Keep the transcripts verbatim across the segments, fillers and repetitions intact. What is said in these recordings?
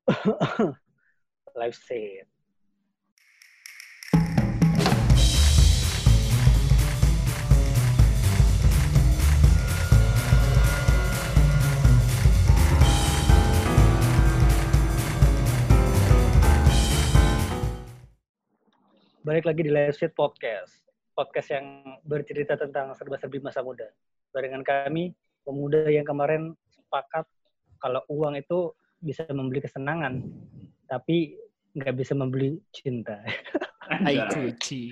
Live set. Balik lagi di Live Set Podcast. Podcast yang bercerita tentang serba-serbi masa muda. Barengan kami, pemuda yang kemarin sepakat kalau uang itu bisa membeli kesenangan, tapi nggak bisa membeli cinta. Hai kuci.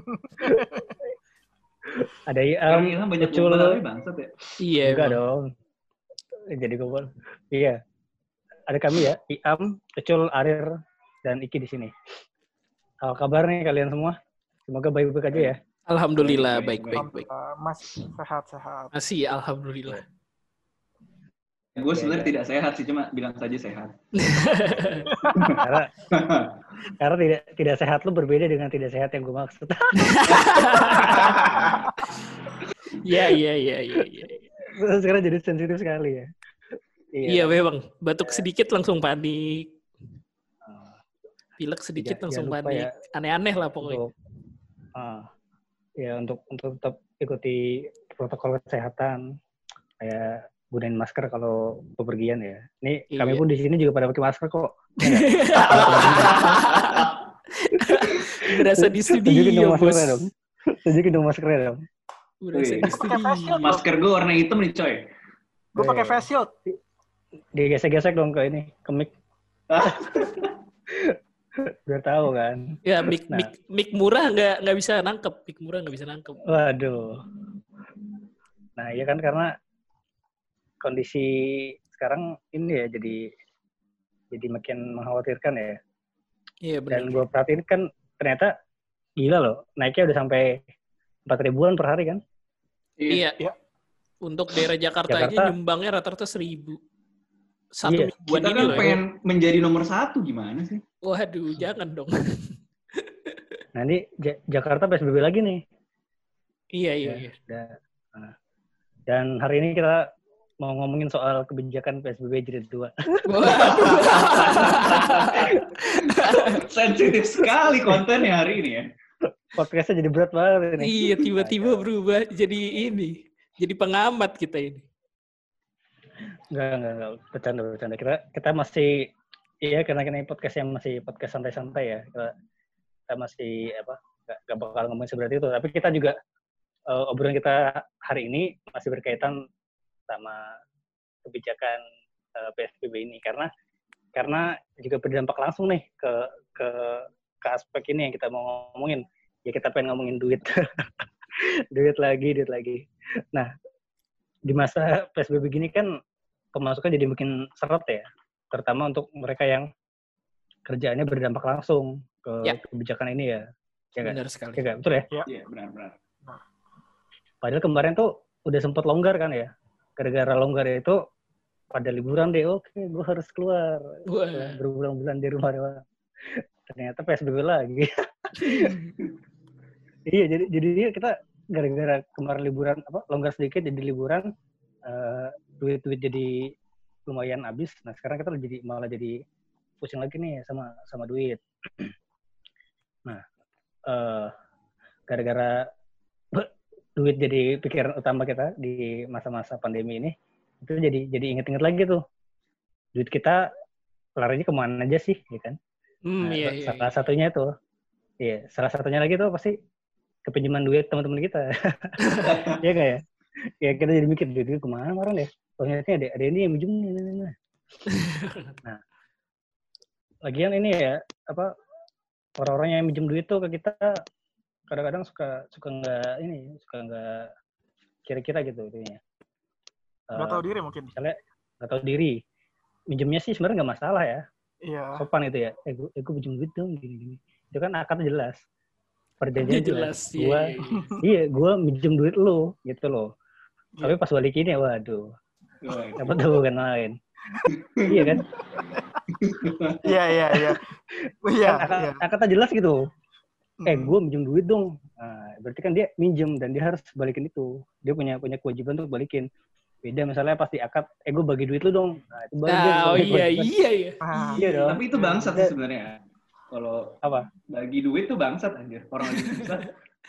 Ada Iam, Sekarang banyak Ucul. tapi bangsat ya? Iya, enggak emang. Dong. Jadi gombal. Iya. Ada kami ya, Iam, Ucul, Arir, dan Iki di sini. Apa kabar nih kalian semua? Semoga baik-baik aja ya. Alhamdulillah baik-baik baik. Masih sehat-sehat. Masih alhamdulillah. Gue sebenarnya ya, tidak sehat sih, cuma bilang saja sehat. karena karena tidak tidak sehat lu berbeda dengan tidak sehat yang gue maksud. Iya iya iya iya iya. Sekarang jadi sensitif sekali ya. Iya, iya memang. Batuk sedikit langsung panik. Pilek sedikit tidak, langsung panik. Ya, aneh-aneh lah pokoknya. Untuk, uh, ya untuk untuk tetap ikuti protokol kesehatan. Kayak gunain masker kalau bepergian ya. Ini iya. Kami pun di sini juga pada pakai masker kok. Berasa di studio, Bos. Tunjukin dong maskernya dong. Berasa di studio. Masker gue warna hitam nih, coy. Gue pakai face shield. Digesek-gesek dong ke ini, ke mic. Biar tahu kan. Ya, mic nah. mic mic murah nggak nggak bisa nangkep, mic murah nggak bisa nangkep. Waduh. Nah, iya kan karena kondisi sekarang ini ya jadi jadi makin mengkhawatirkan ya. Iya benar. Dan gue perhatiin kan ternyata gila loh, naiknya udah sampai empat ribuan per hari kan? Iya. Iya. Untuk daerah Jakarta, Jakarta aja nyumbangnya rata-rata seribu. Satu iya. mingguan kita ini kan loh. Pengen menjadi nomor satu gimana sih? Waduh, jangan dong. Nah ini J- Jakarta P S B B lagi nih. Iya, iya, ya, iya. Dan, dan hari ini kita mau ngomongin soal kebijakan P S B B jilid dua. Sensitif sekali kontennya hari ini ya. Podcastnya jadi berat banget ini. Iya, tiba-tiba berubah jadi ini. Jadi pengamat kita ini. Enggak, enggak, enggak. Bercanda, bercanda. Kita, kita masih, iya karena ini podcast yang masih podcast santai-santai ya. Kita, kita masih, apa, enggak, enggak bakal ngomongin seperti itu. Tapi kita juga, uh, obrolan kita hari ini masih berkaitan sama kebijakan uh, P S B B ini. Karena, karena juga berdampak langsung nih ke, ke, ke aspek ini yang kita mau ngomongin. Ya kita pengen ngomongin duit. duit lagi, duit lagi. Nah, di masa P S B B gini kan pemasukan jadi makin seret ya, terutama untuk mereka yang kerjaannya berdampak langsung ke ya. kebijakan ini ya. Ya benar gak? sekali. Ya gak? Betul ya? Iya, benar-benar. Padahal kemarin tuh udah sempat longgar kan ya. Gara-gara longgar itu pada liburan deh, oke gue harus keluar. Wah. Berbulan-bulan di rumah doang. Ternyata P S B B lagi. Iya, jadi jadi kita gara-gara kemarin liburan apa longgar sedikit jadi liburan uh, duit-duit jadi lumayan habis. Nah sekarang kita jadi malah jadi pusing lagi nih sama sama duit. Nah uh, gara-gara duit jadi pikiran utama kita di masa-masa pandemi ini, itu jadi jadi inget-inget lagi tuh duit kita larinya kemana aja sih, ya kan? Hmm, nah, iya, salah iya. satunya tuh, iya salah satunya lagi tuh pasti kepinjaman duit teman-teman kita. Iya nggak ya? Ya kita jadi mikir duit kemana kemarin ya? Ternyata ada ada ini yang minjem nih. Nah, lagian ini ya apa orang-orang yang minjem duit tuh ke kita kadang-kadang suka suka nggak ini suka nggak kira-kira gitu intinya. Nggak uh, tahu diri mungkin. Misalnya nggak tahu diri. Minjemnya sih sebenarnya nggak masalah ya. Iya. Sopan itu ya. Eh gue, eh, gue minjem duit dong gini-gini. Itu kan akadnya jelas. Perjanjian jelas. jelas. Gua, iya, gue minjem duit lo gitu loh. Yeah. Tapi pas balikin ya, waduh. Apa tuh kan lain. Iya kan? Iya, iya, iya. Iya. Akadnya jelas gitu. Eh, gue minjem duit dong. Nah, berarti kan dia minjem dan dia harus balikin itu. Dia punya punya kewajiban untuk balikin. Beda misalnya pas di akad, eh gue bagi duit lu dong. Nah, itu baru nah, dia oh bagi iya, kewajiban. iya, iya. Ah, Iya dong. Tapi itu bangsat sih sebenarnya. Kalau Apa? bagi duit tuh bangsat anjir. Orang lagi susah.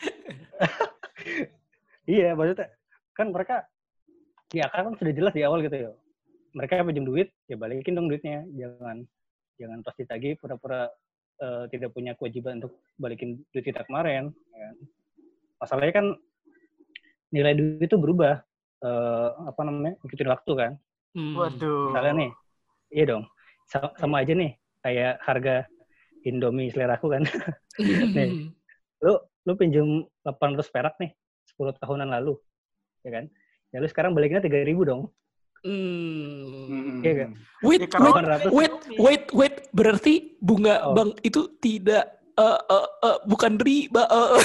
Iya, maksudnya kan mereka di akad kan sudah jelas di awal gitu ya. Mereka pinjam duit, ya balikin dong duitnya. Jangan jangan pas ditagih pura-pura uh, tidak punya kewajiban untuk balikin duit kita kemarin. Ya. Masalahnya kan nilai duit itu berubah. Uh, apa namanya? Ikutin waktu kan. Hmm. Waduh. Misalnya nih, iya dong. Sama, sama aja nih, kayak harga Indomie seleraku kan. Nih, lu lu pinjam delapan ratus perak nih, sepuluh tahunan lalu, ya kan? Ya lu sekarang baliknya tiga ribu dong. Hmm. Iya kan? Wait, Ya, wait, delapan ratus. wait, wait, wait. Berarti bunga Oh. bank itu tidak uh, uh, uh, bukan riba. Uh.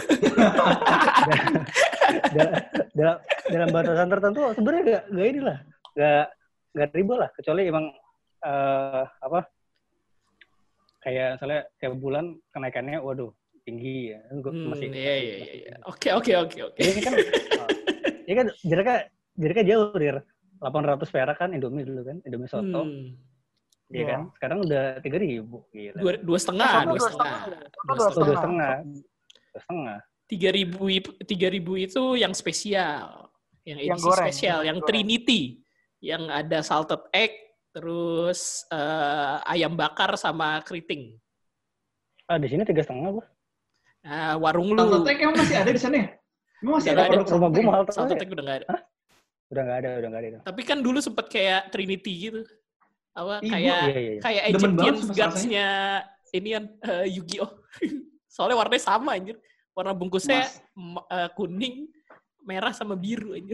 dalam, dalam, dalam batasan tertentu sebenarnya gak, gak inilah, gak gak riba lah, kecuali emang uh, apa kayak misalnya tiap bulan kenaikannya waduh tinggi ya. Gua Hmm, masih iya, iya, iya. Oke, oke, oke, oke. ini kan uh, ini kan jaraknya jaraknya jauh dir. delapan ratus perak kan Indomie dulu kan, Indomie soto. Hmm. Iya kan? Sekarang udah tiga ribu gitu. Dua, dua setengah, Soto dua dua setengah. setengah. Soto Dua dua Oh, setengah. dua setengah. Dua setengah. Tiga ribu, tiga ribu itu yang spesial. Yang edisi Yang goreng. spesial. Yang Goreng. Trinity. Yang ada salted egg, terus uh, ayam bakar sama keriting. Ah, di sini tiga setengah gua. Nah, warung lu. Salted egg emang masih ada di sana ya? Emang masih Udah ada nggak ada. produk Rumah gua mahal Salted terus. egg udah nggak ada. Hah? Udah nggak ada, udah nggak ada. Tapi kan dulu sempet kayak Trinity gitu. Apa Ih, kayak Iya, iya, iya. kayak Demen Egyptian banget sama Gods-nya ini kan uh, Yu-Gi-Oh. Soalnya warnanya sama anjir. Warna bungkusnya Mas. m- uh, kuning, merah sama biru anjir.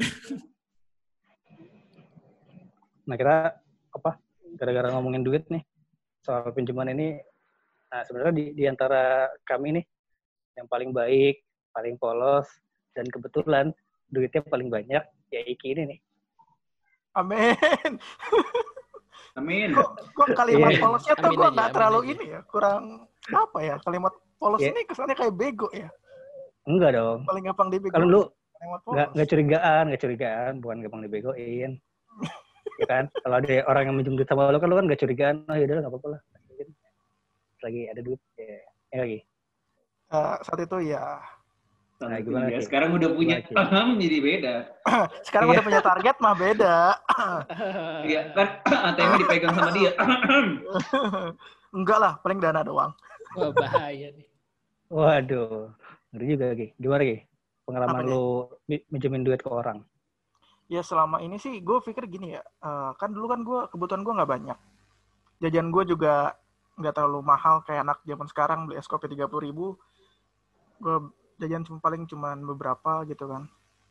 Nah, kita apa? Gara-gara ngomongin duit nih soal pinjaman ini, nah sebenarnya di, di antara kami nih yang paling baik, paling polos, dan kebetulan duitnya paling banyak ya Iki ini nih. Amin. Amin. Kok, kok kalimat Iya. polosnya tuh Amin kok aja, nggak amin terlalu aja. ini ya, kurang apa ya? Kalimat polos Iya. ini kesannya kayak bego ya. Enggak dong. Paling gampang dibego. Kalau lu kalimat nggak polos. nggak curigaan, nggak curigaan, bukan gampang dibegoin. Ya kan? Kalau ada orang yang minjem duit sama lu kan lu kan nggak curigaan. Oh yaudah nggak apa-apa lah. Lagi ada duit ya. Ya lagi. Eh, saat itu ya. Nah, gimana, Ya, Ki? sekarang udah punya Gimana, Ki? paham jadi beda. Sekarang Iya. udah punya target mah beda. Iya kan A T M-nya dipegang sama dia. Enggak lah, paling dana doang. Wah, bahaya nih. Waduh. Ngeri juga, Ki. Gimana, Ki? Pengalaman Apa nih? lu mi- minjemin duit ke orang. Ya selama ini sih gue pikir gini ya, eh, kan dulu kan gue kebutuhan gue nggak banyak, jajan gue juga nggak terlalu mahal kayak anak zaman sekarang beli es kopi tiga puluh ribu, gue jajan cuma paling cuman beberapa gitu kan.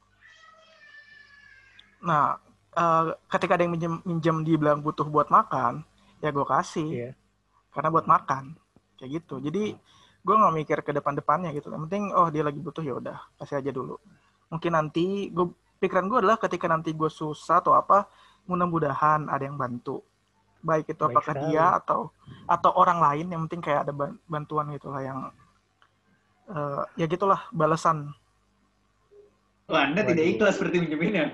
Nah eh, ketika ada yang minjem, minjem dibilang butuh buat makan, ya gue kasih, Iya. karena buat makan kayak gitu. Jadi gue nggak mikir ke depan-depannya gitu. Yang penting oh dia lagi butuh ya udah kasih aja dulu. Mungkin nanti gue pikiran gue adalah ketika nanti gue susah atau apa, mudah-mudahan ada yang bantu. Baik itu Baik apakah sekali. dia atau atau orang lain, yang penting kayak ada ban- bantuan gitulah yang eh, ya gitulah balasan. Wah, Anda tidak Waduh. ikhlas seperti minjeminnya.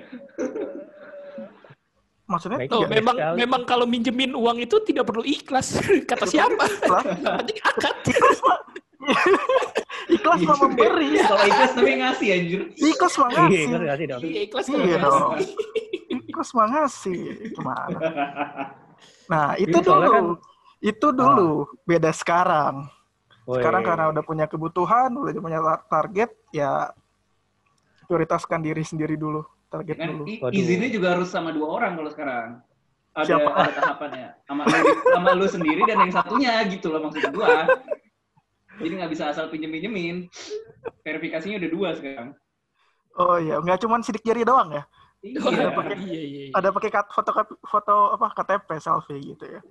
Maksudnya Baik. Tuh, tidak memang sekali. memang kalau minjemin uang itu tidak perlu ikhlas. Kata siapa? ikhlas, Yang penting akad. ikhlas mah ikhlas mah memberi, Kalau ikhlas tapi ngasih anjir. ikhlas mah Iya, ngasih, ngerti nggak sih, Dok? Iya, ikhlas Iya kalau dong. ngasih. ikhlas mah ngasih gimana? Nah itu Iya, soalnya dulu, kan- itu dulu beda sekarang. Sekarang Woi. karena udah punya kebutuhan, udah punya tar- target, ya prioritaskan diri sendiri dulu, target Kan dulu. i- Waduh. izinnya juga harus sama dua orang kalau sekarang. Ada Siapa? ada tahapannya. Sama lu, sama lu sendiri dan yang satunya gitu loh maksud gua. Jadi nggak bisa asal pinjem-pinjemin. Verifikasinya udah dua sekarang. Oh iya, nggak cuma sidik jari doang ya. Iya. Iya, iya, iya. Ada pakai kat- foto foto apa K T P selfie gitu ya.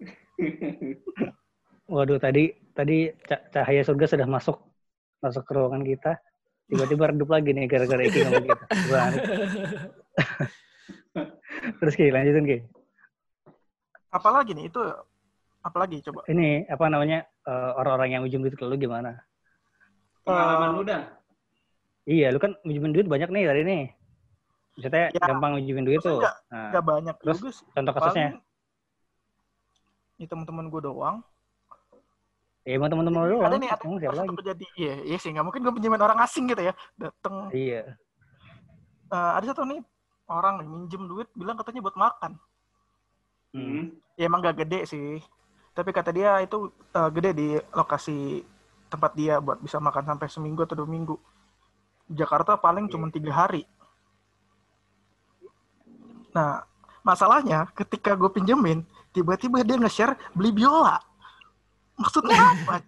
Waduh, tadi tadi ca- cahaya surga sudah masuk masuk ke ruangan kita. Tiba-tiba redup lagi nih gara-gara Iki ngomong gitu. Gimana? Terus Ki, lanjutin Ki. Apalagi nih itu, apalagi coba. Ini apa namanya eh, orang-orang yang minjem duit ke lu gimana? Pengalaman lu dah. Iya, lu kan minjemin duit banyak nih dari ini. Maksudnya Ya, gampang minjemin duit tuh. Nggak, Nah, nggak banyak terus juga sih. contoh kasusnya? Ini teman-teman gue doang. Ya emang teman-teman lu Ada doang. nih, ada Emang siapa lagi? kejadian. Iya, iya sih. Nggak mungkin gue pinjemin orang asing gitu ya. Dateng. Iya. Uh, ada satu nih orang nih minjem duit, bilang katanya buat makan. Hmm. Ya emang gak gede sih. Tapi kata dia itu uh, gede di lokasi tempat dia buat bisa makan sampai seminggu atau dua minggu. Jakarta paling yeah. cuma tiga hari. Nah, masalahnya ketika gue pinjemin, tiba-tiba dia nge-share beli biola. Maksudnya apa?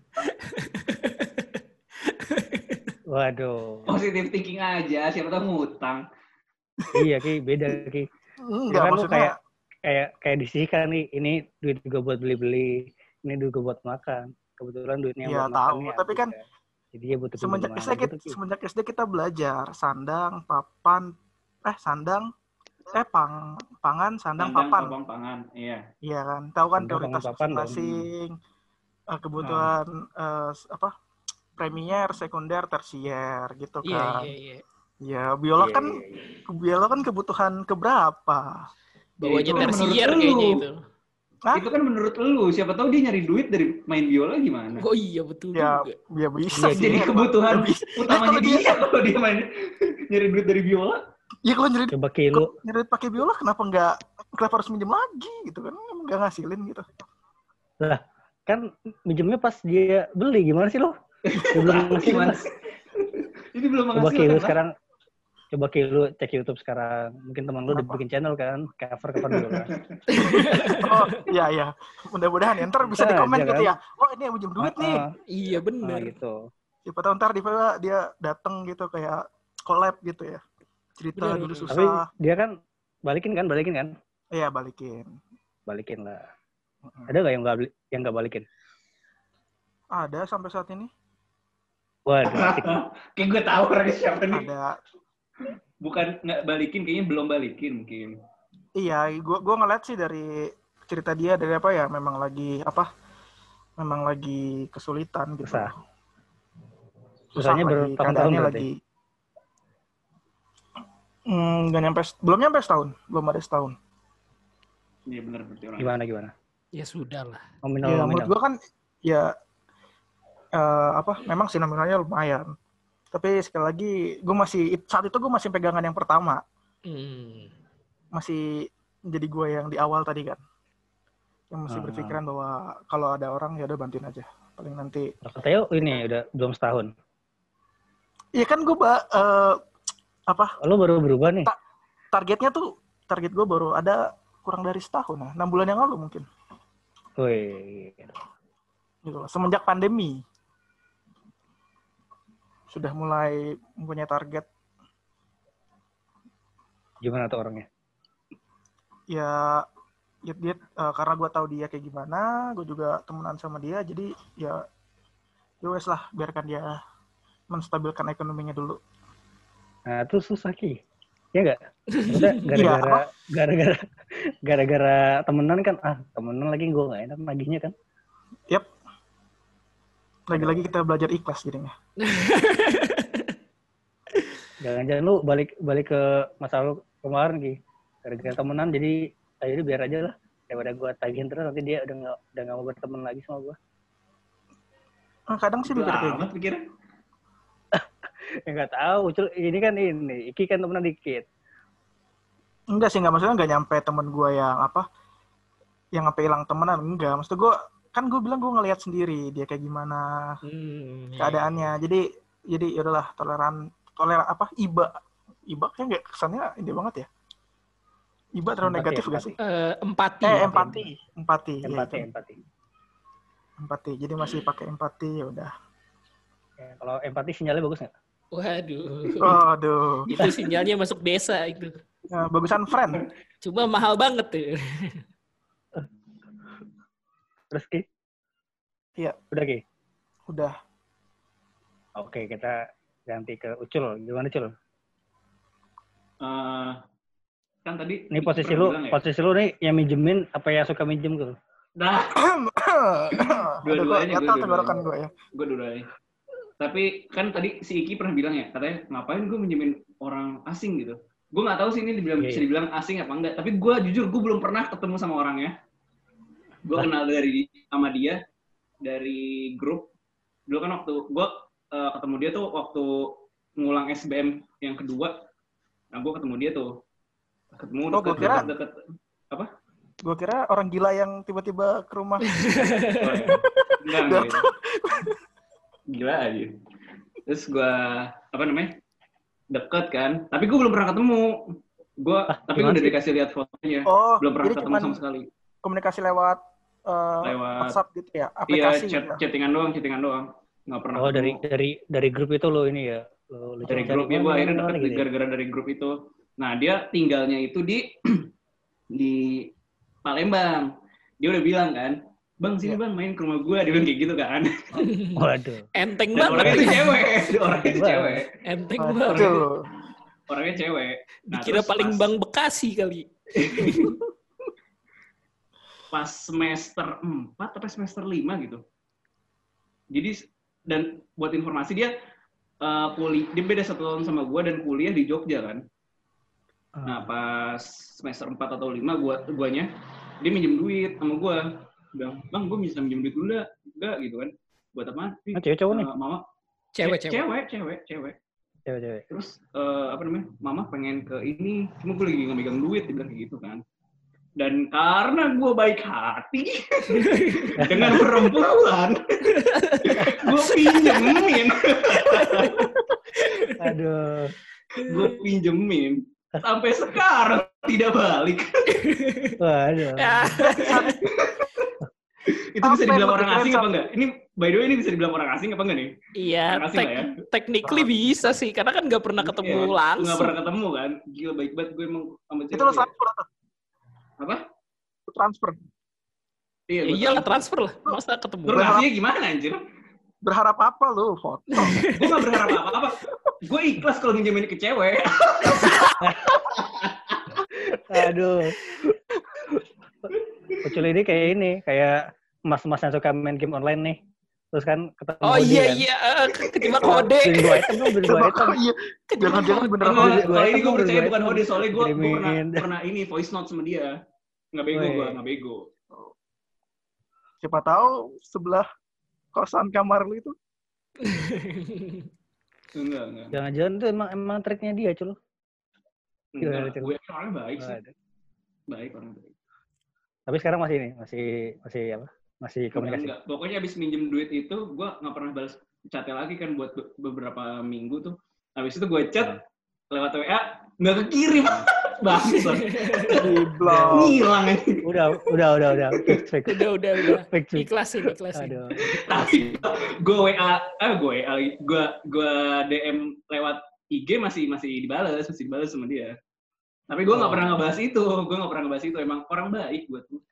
Waduh. Positive thinking aja, siapa tahu ngutang. Iya, Ki, beda, Ki. Enggak, kan maksudnya kayak kayak kayak disihkan nih, ini duit juga buat beli-beli, ini duit juga buat makan. Kebetulan duitnya ya, buat tahu, makan. tapi kan ya. Jadi dia butuh semenjak S D, kita, gitu, semenjak S D kita belajar sandang, papan, eh sandang, eh pang, pangan, sandang, Sandang, papan. Sandang, pangan, iya. Iya kan, tahu kan Sandang, prioritas masing-masing, uh, kebutuhan hmm. uh, apa premier, sekunder, tersier gitu kan. Iya, iya, iya. Ya, biola yeah, kan yeah, yeah. biola kan kebutuhan keberapa? Bawanya tersier kayaknya itu. Hah? Itu kan menurut lu, siapa tahu dia nyari duit dari main biola gimana? Oh iya betul ya, juga. Ya bisa ya, jadi kebutuhan bisa. utamanya ya, dia, dia kalau dia main nyari duit dari biola. Ya kalau nyari coba kilo nyari duit pakai biola kenapa enggak kenapa harus minjem lagi gitu kan? Enggak ngasilin gitu. Lah, kan minjemnya pas dia beli gimana sih lo? Belum gimana sih? Ini belum menghasilkan. Coba kilo sekarang Coba kayak lu cek YouTube sekarang. Mungkin teman lu udah bikin channel kan, cover-cover biola. Oh, iya iya. Mudah-mudahan ya. Ntar bisa di komen gitu ya. Oh, ini yang minjem duit nih. Uh, uh. Iya benar. Uh, gitu. Siapa tahu ntar di dia datang gitu kayak collab gitu ya. Cerita bener, dulu susah. Tapi dia kan balikin kan, balikin kan? Iya, balikin. Balikin lah. Uh-huh. Ada nggak yang nggak yang nggak balikin? Ada sampai saat ini. Waduh. Kayak gue tahu orangnya siapa nih. Ada. Bukan nggak balikin, kayaknya belum balikin mungkin. Iya, gua gua ngeliat sih dari cerita dia dari apa ya, memang lagi apa? Memang lagi kesulitan gitu. Susah. Susah Susahnya bertahun-tahun lagi. Hmm, nggak nyampe, belum nyampe setahun, belum ada setahun. Iya benar berarti orang. Gimana gimana? Ya sudah lah. Nominal, ya, nominal. menurut gua kan ya uh, apa? Memang sih nominalnya lumayan. Tapi sekali lagi, gue masih saat itu gue masih pegangan yang pertama, hmm. masih jadi gue yang di awal tadi kan, yang masih hmm. berpikiran bahwa kalau ada orang ya udah bantuin aja, paling nanti. Katanya ini udah belum setahun. Iya kan gue uh, apa? Lo baru berubah nih. Ta- targetnya tuh target gue baru ada kurang dari setahun, nah, enam bulan yang lalu mungkin. Wih. Gitu, semenjak pandemi. Sudah mulai mempunyai target. Gimana tuh orangnya? Ya, ya dia uh, karena gue tahu dia kayak gimana, gue juga temenan sama dia, jadi ya, ya wes lah, biarkan dia menstabilkan ekonominya dulu. Nah, itu susah Ki, ya nggak? Udah gara-gara, gara-gara, gara-gara temenan kan, ah temenan lagi gue nggak enak nagihnya kan? Yap. Lagi-lagi kita belajar ikhlas jadinya. Jangan-jangan lu balik balik ke masa lu kemarin Ki. Gara-gara temenan jadi akhirnya biar aja lah. Daripada gue tagihin terus nanti dia udah nggak udah nggak mau berteman lagi sama gue. Kadang sih mikir kayak gitu. Pikirnya. Ya nggak tahu. Ini kan ini. Iki kan temenan dikit. Enggak sih, nggak maksudnya nggak nyampe temen gue yang apa, yang sampai hilang temenan. Enggak, maksud gue kan gue bilang gue ngelihat sendiri dia kayak gimana hmm, keadaannya. Yeah. Jadi jadi ya udahlah toleran toleran apa iba iba kayak nggak kesannya ini banget ya. Iba terlalu empati, negatif empati. Gak sih? Uh, empati. Eh empati empati empati ya, empati. Empati. Jadi masih pakai empati ya udah. Ya, kalau empati sinyalnya bagus nggak? Waduh. Waduh. Itu sinyalnya masuk desa itu. Nah, bagusan friend. Cuma mahal banget tuh. Terus Ki? Iya. Udah Ki? Udah. Oke, kita ganti ke Ucul. Gimana Cul? Uh, kan tadi... Ini posisi lu, ya? Posisi lu nih yang minjemin apa yang suka minjem tuh? Nah. Dua-duanya. Gue tenggorokan gue ya. Gue dua-duanya. Tapi kan tadi si Iki pernah bilang ya, katanya ngapain gue minjemin orang asing gitu. gue nggak tahu sih ini dibilang, yeah. bisa dibilang asing apa enggak, tapi gue jujur gue belum pernah ketemu sama orangnya. Gue kenal dari sama dia dari grup. Dulu kan waktu gue uh, ketemu dia tuh waktu ngulang S B M yang kedua. Nah gue ketemu dia tuh. Ketemu oh, deket, kira, deket, deket, apa? Gue kira orang gila yang tiba-tiba ke rumah. Enggak, enggak gitu. Gila aja. Terus gue, apa namanya, deket kan. Tapi gue belum pernah ketemu. Gue, ah, tapi udah dikasih lihat fotonya. Oh, belum pernah ketemu sama sekali. Komunikasi lewat, uh, lewat WhatsApp gitu ya? Aplikasi iya, chat, gitu. chattingan doang, chattingan doang. Nggak pernah oh, ketemu. dari dari dari grup itu lo ini ya? Lo, lo dari grupnya gue akhirnya deket gitu gara-gara ya? Dari grup itu. Nah, dia tinggalnya itu di di Palembang. Dia udah bilang kan, Bang, sini Bang main ke rumah gue. Dia bilang kayak gitu kan. Waduh. Enteng banget. Orangnya itu cewek. Orangnya itu cewek. Enteng banget. Orangnya, orangnya cewek. Nah, dikira paling pas, Bang Bekasi kali. Pas semester empat atau semester lima gitu. Jadi, dan buat informasi dia uh, kuliah, dia beda satu tahun sama gue dan kuliah di Jogja kan. Nah, pas semester empat atau lima gua guanya dia minjem duit sama gua. Bilang, "Bang, gua bisa minjem duit dulu enggak?" Enggak gitu kan. Buat apa? Ah, cewek cowok nih. Uh, mama cewek, cewek, cewek, cewek, cewek. Cewek, cewek. Terus uh, apa namanya? Mama pengen ke ini, cuma gua lagi nggak megang duit, dia bilang kayak gitu kan. Dan karena gua baik hati dengan perempuan, gua pinjemin. Aduh. Gua pinjemin. Sampai sekarang tidak balik. Waduh. Itu bisa dibilang orang asing apa enggak? Ini by the way ini bisa dibilang orang asing apa enggak nih? Iya, tek- ya? technically bisa sih, karena kan nggak pernah ketemu iya, langsung. Nggak pernah ketemu kan? Gila baik banget gue emang sama cewek. Itu lo transfer atau? Apa? Transfer. Iya, iya lah transfer lah. Masa ketemu? Lu ngasihnya gimana anjir? Berharap apa lu? Foto. Gue gak berharap apa-apa. Gue ikhlas kalau minjemin ke cewek. Aduh. Kecuali ini kayak ini, kayak mas-mas yang suka main game online nih. Terus kan ketemu oh iya kan? Iya, ketimbang kode. Beli dua item dong, beli dua item. Iya. Jangan-jangan beneran kode. Kalau ini gue percaya bukan kode, soalnya gue pernah pernah ini voice note sama dia. Nggak bego gue, nggak bego. Siapa tahu sebelah kosan kamar lu itu. Enggak, enggak. Jangan-jangan itu emang emang triknya dia, Cul. Enggak, gue orangnya baik sih. Baik, orang baik. Tapi sekarang masih ini, masih masih apa? Masih komunikasi. Enggak, enggak. Pokoknya abis minjem duit itu, gue nggak pernah balas chatnya lagi kan buat beberapa minggu tuh. Habis itu gue chat lewat W A, nggak kekirim. Bangsa. Ngilang aja. Udah, udah, udah, udah. Fix, fix. Udah, udah, udah. Ikhlasin, ikhlasin. Aduh. Tapi gue W A, eh gue W A, gue gue D M lewat I G masih masih dibales, masih dibales sama dia. Tapi gue nggak oh. pernah ngebahas itu, gue nggak pernah ngebahas itu. Emang orang baik buat gue.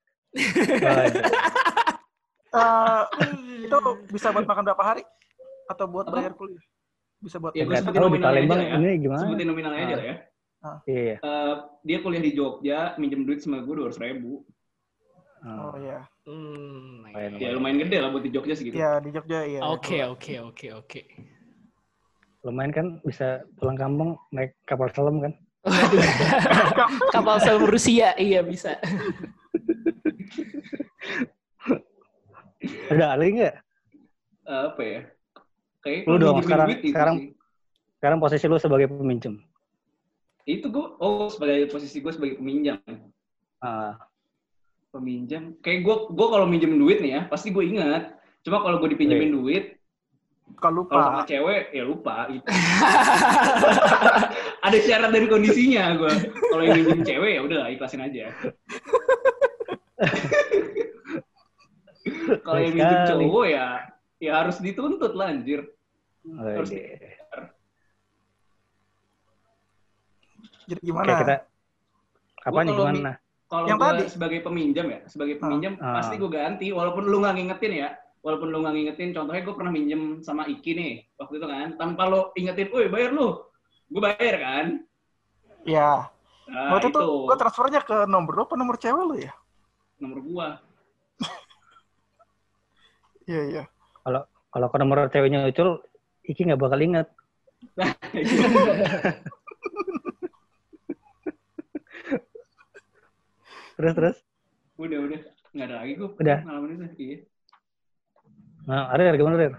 uh, itu bisa buat makan berapa hari? Atau buat bayar kuliah? Bisa buat. Ya, gue sebutin nominalnya aja ya. Ini gimana? Sebutin nominalnya aja lah ya. Ah. Iya. Uh, dia kuliah di Jogja, minjem duit sama gue dua ratus ribu. Oh iya. Hmm, ya lumayan gede lah buat di Jogja segitu. Iya di Jogja iya. Oke oke oke oke. Lumayan kan bisa pulang kampung naik kapal selam kan? Kapal selam Rusia iya bisa. Ada Ali nggak? Uh, apa ya? Kayak lu dong sekarang sekarang sih. Sekarang posisi lu sebagai peminjam. Itu gue, oh sebagai posisi gue sebagai peminjam. Uh. Peminjam. Kayak gue, gue kalau minjem duit nih ya, pasti gue ingat. Cuma kalau gue dipinjemin duit, kalau lupa. Kalau sama cewek, ya lupa. Gitu. Ada syarat dan kondisinya gue. Kalau yang minjem cewek, ya udah ikhlasin aja. Kalau yang minjem cowok ya, ya harus dituntut lah anjir. Oh, harus iya. Jadi gimana? Oke, kita apanya gimana? Kalau gue sebagai peminjam ya, sebagai peminjam uh, pasti gue ganti, walaupun lu nggak ngingetin ya, walaupun lu nggak ngingetin. Contohnya gue pernah minjem sama Iki nih waktu itu kan, tanpa lo ingetin, woi bayar lu, gue bayar kan? Iya. Nah, waktu itu gue transfernya ke nomor lo, apa nomor cewek lu ya? Nomor gua. Iya iya. Kalau kalau ke nomor ceweknya Ucul, Iki nggak bakal inget. terus terus. Udah udah nggak ada lagi gue. Udah. Pengalaman itu. Iya. Nah, ada gimana Der?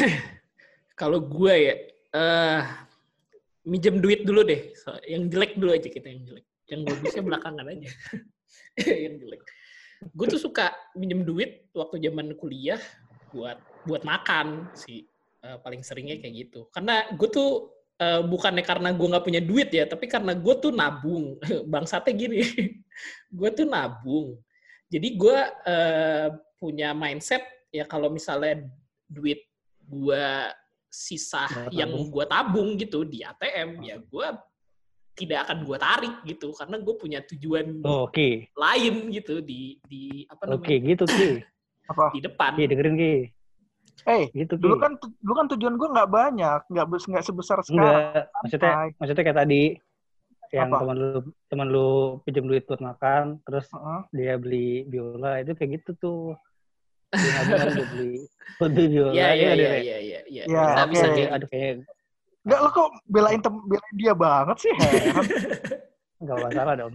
Kalau gue ya, uh, minjem duit dulu deh. So, yang jelek dulu aja kita yang jelek. Yang bagusnya belakangan aja. Yang jelek. Gue tuh suka minjem duit waktu zaman kuliah buat buat makan sih. Uh, paling seringnya kayak gitu. Karena gue tuh uh, bukannya karena gue nggak punya duit ya, tapi karena gue tuh nabung. Bangsatnya gini. Gue tuh nabung. Jadi gue uh, punya mindset ya kalau misalnya duit gue sisa gua yang gue tabung gitu di A T M, ya gue tidak akan gue tarik gitu karena gue punya tujuan oh, okay. lain gitu di di apa namanya? Oke, okay, gitu Ki. Apa? Di depan. Ki, dengerin Ki. Eh, gitu, dulu Ki. kan dulu kan tujuan gue nggak banyak, nggak nggak sebesar sekarang. Enggak, maksudnya Sampai. maksudnya kayak tadi yang Apa? teman lu teman lu pinjam duit buat makan, terus uh-huh. dia beli biola, itu kayak gitu tuh. Dia nabungan dia beli buat beli biola. Iya iya ya, iya iya iya iya. Ya, Bisa okay. bisa kayak ada kayak nggak, lo kok belain tem- belain dia banget sih, heran. Nggak masalah dong.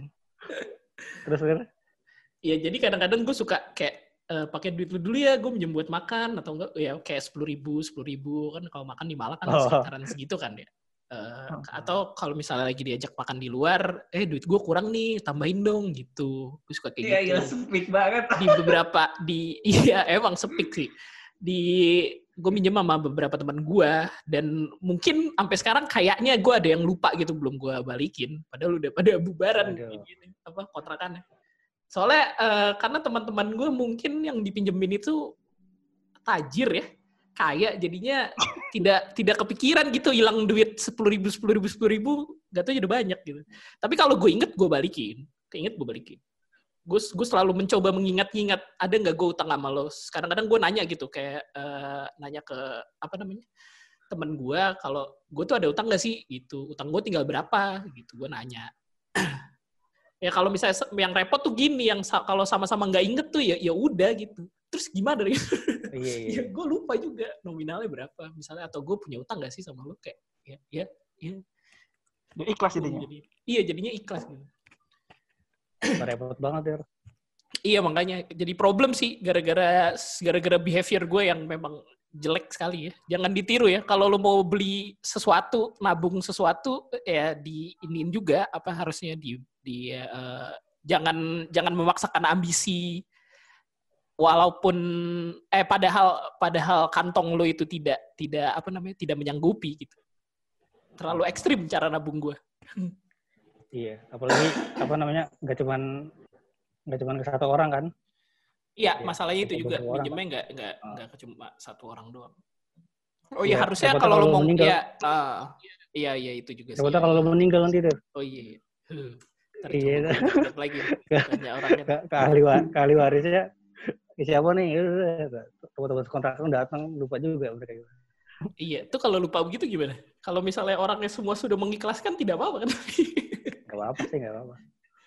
Terus terus. Iya, jadi kadang-kadang gue suka kayak uh, pakai duit lu dulu ya, gue minjem buat makan atau enggak ya kayak sepuluh ribu, sepuluh ribu kan kalau makan di Malang kan Oh. sekitaran segitu kan ya. Uh, atau kalau misalnya lagi diajak makan di luar, eh duit gue kurang nih, tambahin dong gitu. Gue suka kayak Iya, gitu. iya, sepik banget. Di beberapa di iya emang sepik sih. Di gue minjem sama beberapa teman gue dan mungkin sampai sekarang kayaknya gue ada yang lupa gitu belum gue balikin. Padahal udah pada bubaran gini, apa kontrakannya. Soalnya uh, karena teman-teman gue mungkin yang dipinjemin itu tajir ya, kaya jadinya tidak tidak kepikiran gitu hilang duit sepuluh ribu sepuluh ribu sepuluh ribu gak tau jadi banyak gitu. Tapi kalau gue inget gue balikin, keinget gue balikin. Gue gue selalu mencoba mengingat-ingat ada nggak gue utang sama lo. Kadang-kadang gue nanya gitu kayak uh, nanya ke apa namanya teman gue kalau gue tuh ada utang nggak sih gitu, utang gue tinggal berapa gitu gue nanya. Ya kalau misalnya yang repot tuh gini, yang sa- kalau sama-sama nggak inget tuh ya ya udah gitu. Terus gimana gitu? Iya, iya. Ya gue lupa juga nominalnya berapa misalnya, atau gue punya utang nggak sih sama lo kayak ya ya ya. Ya, ikhlas jadinya. Jadi, iya jadinya ikhlas gitu. Repot banget ya. Iya makanya jadi problem sih gara-gara gara-gara behavior gue yang memang jelek sekali ya. Jangan ditiru ya. Kalau lo mau beli sesuatu, nabung sesuatu ya diinin juga apa harusnya di di uh, jangan jangan memaksakan ambisi walaupun eh padahal padahal kantong lo itu tidak tidak apa namanya tidak menyanggupi gitu. Terlalu ekstrim cara nabung gue. Iya, apalagi apa namanya nggak cuman nggak cuman ke satu orang kan? Iya, Ya, masalahnya itu juga minjemnya nggak nggak nggak cuma satu orang doang. Oh iya, ya, harusnya kalau lo mau ya uh, iya iya itu juga sih. Siapa tahu kalau lo meninggal nanti deh. Oh iya. iya. Huh. Iya. Lagi banyak orangnya. Ke ahli ke ahli warisnya siapa nih? Teman-teman kontraktor datang lupa juga mereka gitu. Iya, itu kalau lupa begitu gimana? Kalau misalnya orangnya semua sudah mengikhlaskan tidak apa-apa kan? Gak apa-apa sih, gak apa-apa.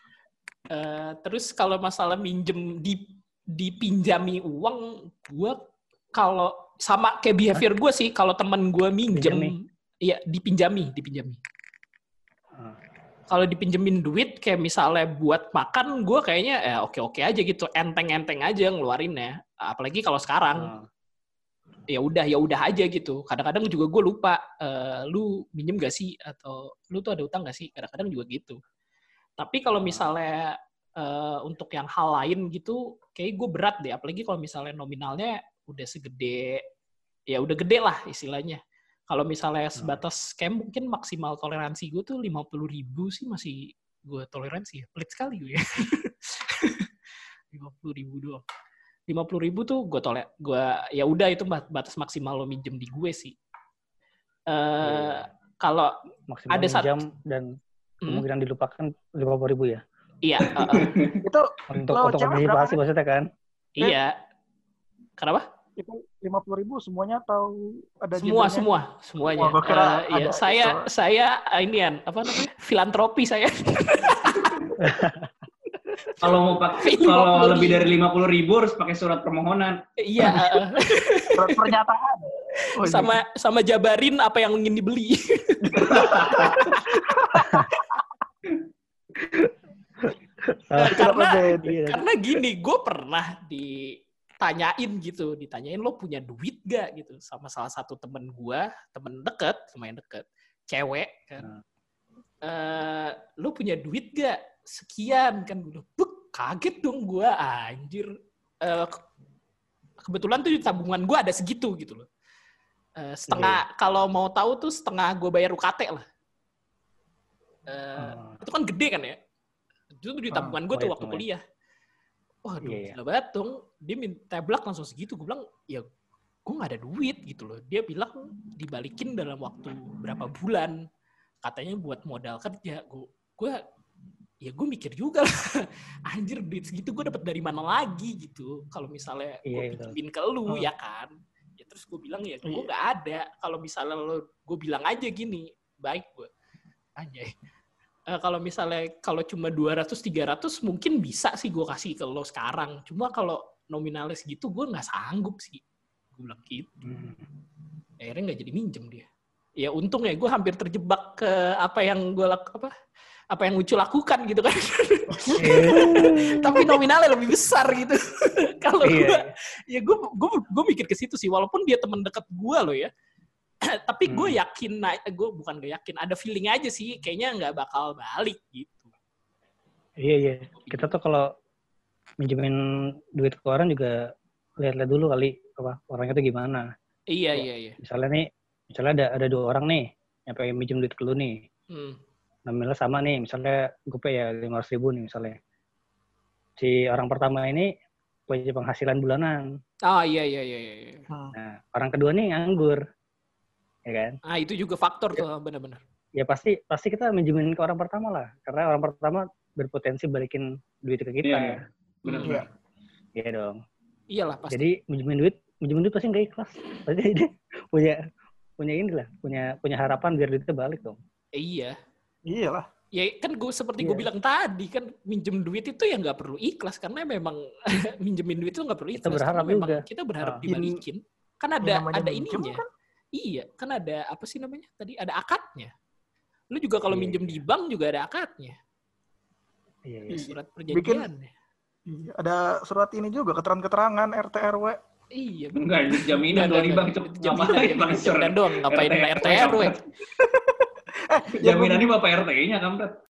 Uh, terus kalau masalah minjem di dipinjami uang, gue kalau sama kayak behavior gue sih, kalau teman gue minjem, iya dipinjami, dipinjami. Hmm. Kalau dipinjemin duit, kayak misalnya buat makan, gue kayaknya ya oke-oke aja gitu, enteng-enteng aja ngeluarinnya. Apalagi kalau sekarang, hmm. ya udah ya udah aja gitu. Kadang-kadang juga gue lupa, uh, lu minjem gak sih atau lu tuh ada utang gak sih? Kadang-kadang juga gitu. Tapi kalau misalnya uh, untuk yang hal lain gitu, kayak gue berat deh. Apalagi kalau misalnya nominalnya udah segede, ya udah gede lah istilahnya. Kalau misalnya sebatas kayak mungkin maksimal toleransi gue tuh lima puluh ribu sih masih gue toleransi ya. Pelit sekali gue ya. lima puluh ribu doang. lima puluh ribu tuh gue toler, gue ya udah itu batas maksimal lo minjem di gue sih. Uh, yeah. Kalau ada satu jam dan kemungkinan hmm? dilupakan lima puluh ribu ya? Iya. Uh, uh. Itu untuk untuk antisipasi maksudnya kan? Iya. Kenapa? Itu lima puluh ribu semuanya atau ada semua jendanya? semua semuanya. Oh, kira uh, iya saya itu. saya inian apa namanya filantropi saya. Kalau mau pakai kalau lebih dari lima puluh ribu harus pakai surat permohonan. Iya. Uh, surat pernyataan. Oh, sama iya. sama jabarin apa yang ingin dibeli. karena karena gini, gue pernah ditanyain gitu, ditanyain lo punya duit gak gitu sama salah satu temen gue, temen deket, lumayan deket, cewek kan. Hmm. Uh, lo punya duit gak? Sekian kan, gue buk, kaget dong gue, anjir. Uh, kebetulan tuh di tabungan gue ada segitu gitu loh. Uh, setengah, yeah. Kalau mau tahu tuh setengah gue bayar U K T lah. Uh, oh. Itu kan gede kan ya. Itu tuh di tabungan gue oh, tuh waktu ya. kuliah. Waduh, yeah. gila banget dong. Dia minta blak langsung segitu. Gue bilang, ya gue gak ada duit gitu loh. Dia bilang dibalikin dalam waktu berapa bulan. Katanya buat modal kerja. Gue, gue ya gue mikir juga lah. Anjir, duit segitu gue dapat dari mana lagi gitu. Kalau misalnya yeah, gue pinjemin ke lu, oh. ya kan. Ya terus gue bilang, ya gue gak ada. Kalau misalnya lo, gue bilang aja gini. Baik gue. Anjay. Uh, kalau misalnya kalau cuma dua ratus tiga ratus mungkin bisa sih gue kasih ke lo sekarang. Cuma kalau nominalnya segitu gue nggak sanggup sih. Gue bilang gitu. Hmm. Akhirnya nggak jadi minjem dia. Ya untung ya gue hampir terjebak ke apa yang gue laku apa apa yang Ucu lakukan gitu kan. Tapi nominalnya lebih besar gitu. Kalau gue ya gue gue gue mikir ke situ sih. Walaupun dia teman dekat gue loh ya. Tapi gue hmm. yakin, gue bukan gak yakin, ada feeling aja sih, kayaknya nggak bakal balik gitu. Iya iya, kita tuh kalau minjemin duit ke orang juga lihat-lihat dulu kali apa orangnya tuh gimana. Iya iya iya. Misalnya nih, misalnya ada ada dua orang nih yang pengen minjem duit ke lu nih, hmm. nominalnya sama nih, misalnya gue pay ya lima ratus ribu nih misalnya. Si orang pertama ini punya penghasilan bulanan. Ah iya iya iya. iya. Nah orang kedua nih nganggur. Ya kan? Ah itu juga faktor tuh ya, benar-benar. Ya pasti pasti kita minjemin ke orang pertama lah, karena orang pertama berpotensi balikin duit ke kita. Iya, iya. Benar-benar. Iya dong. Iyalah pasti. Jadi minjemin duit, minjemin duit pasti nggak ikhlas. Pasti dia punya punya ini lah, punya punya harapan biar duitnya balik dong. Eh, iya. Iyalah. Ya kan gue seperti iya. gue bilang tadi kan minjem duit itu ya nggak perlu ikhlas karena memang minjemin duit itu nggak perlu ikhlas. Kita berharap juga. Kita berharap ah. dibalikin. Kan ada ada ininya. Kan? Iya, kan ada apa sih namanya? Tadi ada akadnya. Lu juga kalau iya, minjem iya. di bank juga ada akadnya. Iya, iya. Surat perjanjian. Iya, ada surat ini juga, keterangan-keterangan R T R W. Iya, benar. Enggak, itu jaminan dari bank itu. Jaminan, jaminan doang, ngapain R T R W? Eh, jaminan ini Bapak R T-nya, kampret.